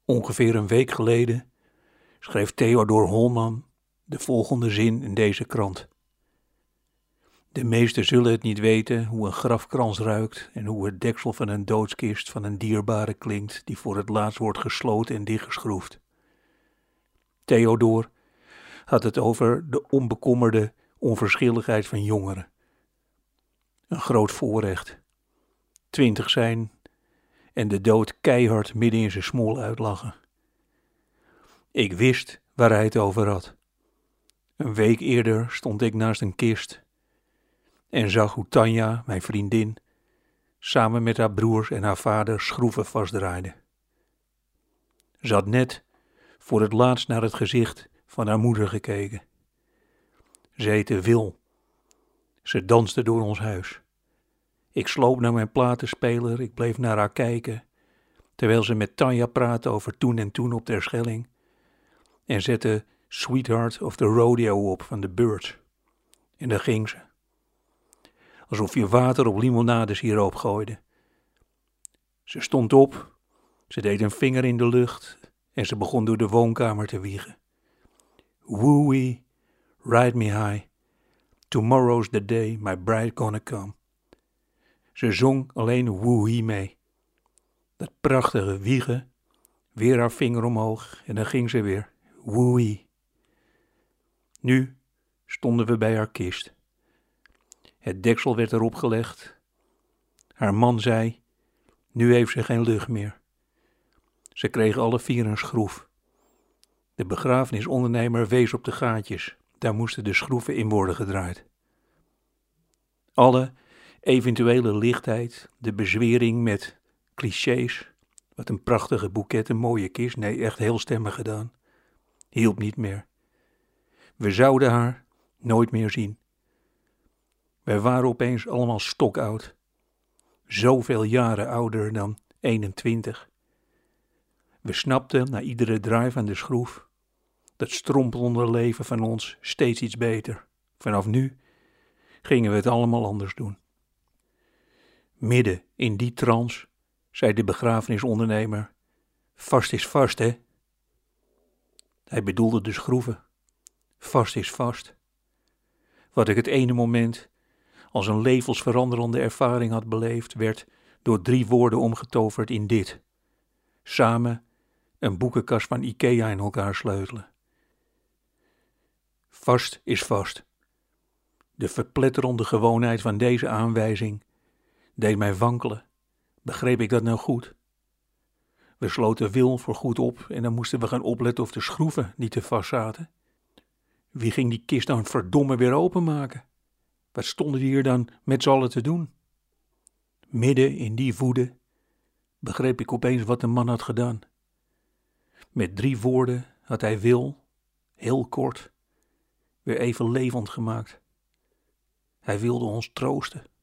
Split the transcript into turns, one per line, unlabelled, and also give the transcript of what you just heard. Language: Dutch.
Ongeveer een week geleden schreef Theodor Holman de volgende zin in deze krant. De meesten zullen het niet weten hoe een grafkrans ruikt en hoe het deksel van een doodskist van een dierbare klinkt die voor het laatst wordt gesloten en dichtgeschroefd. Theodor had het over de onbekommerde onverschilligheid van jongeren. Een groot voorrecht. 20 zijn en de dood keihard midden in zijn smoel uitlachen. Ik wist waar hij het over had. Een week eerder stond ik naast een kist en zag hoe Tanja, mijn vriendin, samen met haar broers en haar vader schroeven vastdraaide. Ze had net voor het laatst naar het gezicht van haar moeder gekeken. Ze heette Wil. Ze danste door ons huis. Ik sloop naar mijn platenspeler, ik bleef naar haar kijken, terwijl ze met Tanja praatte over toen en toen op Terschelling en zette Sweetheart of the Rodeo op van de Byrds. En daar ging ze. Alsof je water op limonadesiroop gooide. Ze stond op, ze deed een vinger in de lucht en ze begon door de woonkamer te wiegen. Woo-wee, ride me high, tomorrow's the day my bride gonna come. Ze zong alleen woo-wee mee. Dat prachtige wiegen, weer haar vinger omhoog en dan ging ze weer. Woo-wee. Nu stonden we bij haar kist. Het deksel werd erop gelegd. Haar man zei, nu heeft ze geen lucht meer. Ze kregen alle 4 een schroef. De begrafenisondernemer wees op de gaatjes. Daar moesten de schroeven in worden gedraaid. Alle eventuele lichtheid, de bezwering met clichés, wat een prachtige boeket, een mooie kist, nee, echt heel stemmig gedaan, hielp niet meer. We zouden haar nooit meer zien. Wij waren opeens allemaal stokoud. Zoveel jaren ouder dan 21. We snapten na iedere draai van de schroef dat strompelende leven van ons steeds iets beter. Vanaf nu gingen we het allemaal anders doen. Midden in die trance zei de begrafenisondernemer, vast is vast, hè? Hij bedoelde de schroeven. Vast is vast. Wat ik het ene moment als een levensveranderende ervaring had beleefd, werd door 3 woorden omgetoverd in dit. Samen een boekenkast van Ikea in elkaar sleutelen. Vast is vast. De verpletterende gewoonheid van deze aanwijzing deed mij wankelen. Begreep ik dat nou goed? We sloten Wil voor goed op en dan moesten we gaan opletten of de schroeven niet te vast zaten. Wie ging die kist dan verdomme weer openmaken? Wat stonden die hier dan met z'n allen te doen? Midden in die woede begreep ik opeens wat de man had gedaan. Met 3 woorden had hij Wil, heel kort, weer even levend gemaakt. Hij wilde ons troosten.